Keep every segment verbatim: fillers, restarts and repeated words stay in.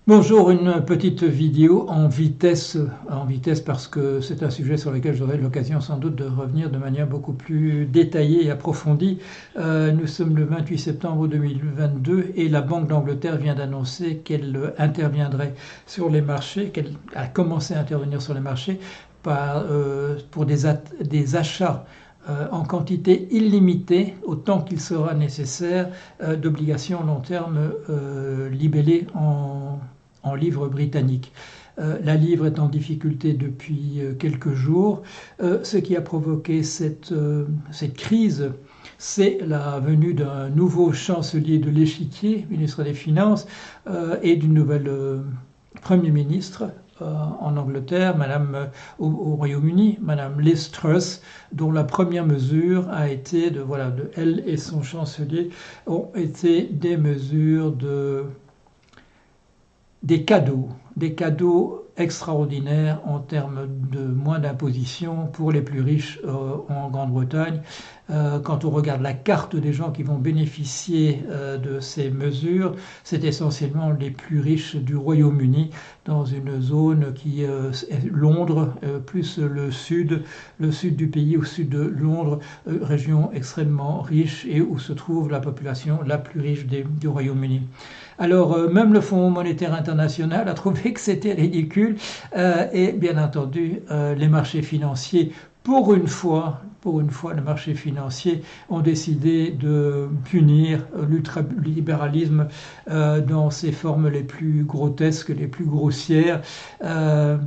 Bonjour, une petite vidéo en vitesse, en vitesse parce que c'est un sujet sur lequel j'aurai l'occasion sans doute de revenir de manière beaucoup plus détaillée et approfondie. Euh, nous sommes le vingt-huit septembre deux mille vingt-deux et la Banque d'Angleterre vient d'annoncer qu'elle interviendrait sur les marchés, qu'elle a commencé à intervenir sur les marchés par, euh, pour des, des achats euh, en quantité illimitée, autant qu'il sera nécessaire, euh, d'obligations long terme euh, libellées en en livres britanniques. Euh, la livre est en difficulté depuis euh, quelques jours. Euh, ce qui a provoqué cette, euh, cette crise, c'est la venue d'un nouveau chancelier de l'échiquier, ministre des Finances, euh, et d'une nouvelle euh, Premier ministre euh, en Angleterre, Madame, au, au Royaume-Uni, Madame Liz Truss, dont la première mesure a été de, voilà, de, elle et son chancelier ont été des mesures de des cadeaux, des cadeaux extraordinaires en termes de moins d'imposition pour les plus riches euh, en Grande-Bretagne. Euh, quand on regarde la carte des gens qui vont bénéficier euh, de ces mesures, c'est essentiellement les plus riches du Royaume-Uni, dans une zone qui euh, est Londres, euh, plus le sud, le sud du pays, au sud de Londres, euh, région extrêmement riche et où se trouve la population la plus riche des, du Royaume-Uni. Alors, euh, même le Fonds monétaire international a trouvé que c'était ridicule euh, et bien entendu, euh, les marchés financiers, pour une fois, pour une fois, les marchés financiers ont décidé de punir l'ultralibéralisme euh, dans ses formes les plus grotesques, les plus grossières. Euh,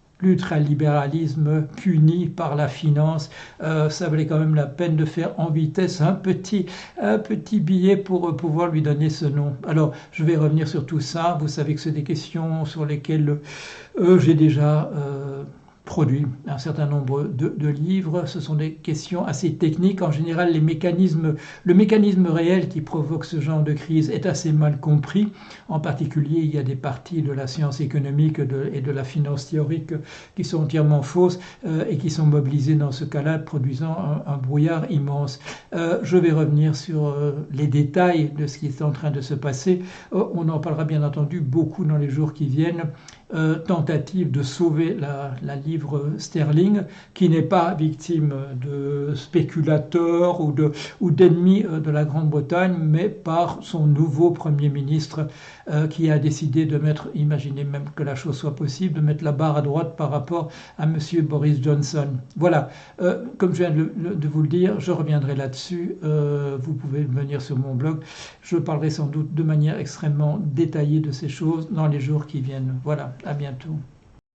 L'ultralibéralisme puni par la finance, euh, ça valait quand même la peine de faire en vitesse un petit, un petit billet pour pouvoir lui donner ce nom. Alors, je vais revenir sur tout ça. Vous savez que c'est des questions sur lesquelles euh, j'ai déjà euh, produit un certain nombre de, de livres. Ce sont des questions assez techniques. En général, les mécanismes, le mécanisme réel qui provoque ce genre de crise est assez mal compris. En particulier, il y a des parties de la science économique de, et de la finance théorique qui sont entièrement fausses euh, et qui sont mobilisées dans ce cas-là, produisant un, un brouillard immense. Euh, je vais revenir sur euh, les détails de ce qui est en train de se passer. Euh, on en parlera bien entendu beaucoup dans les jours qui viennent. Euh, tentative de sauver la, la livre sterling, qui n'est pas victime de spéculateurs ou, de, ou d'ennemis de la Grande-Bretagne, mais par son nouveau Premier ministre euh, qui a décidé de mettre, imaginez même que la chose soit possible, de mettre la barre à droite par rapport à M. Boris Johnson. Voilà, euh, comme je viens de, de vous le dire, je reviendrai là-dessus. Euh, vous pouvez venir sur mon blog. Je parlerai sans doute de manière extrêmement détaillée de ces choses dans les jours qui viennent. Voilà. À bientôt.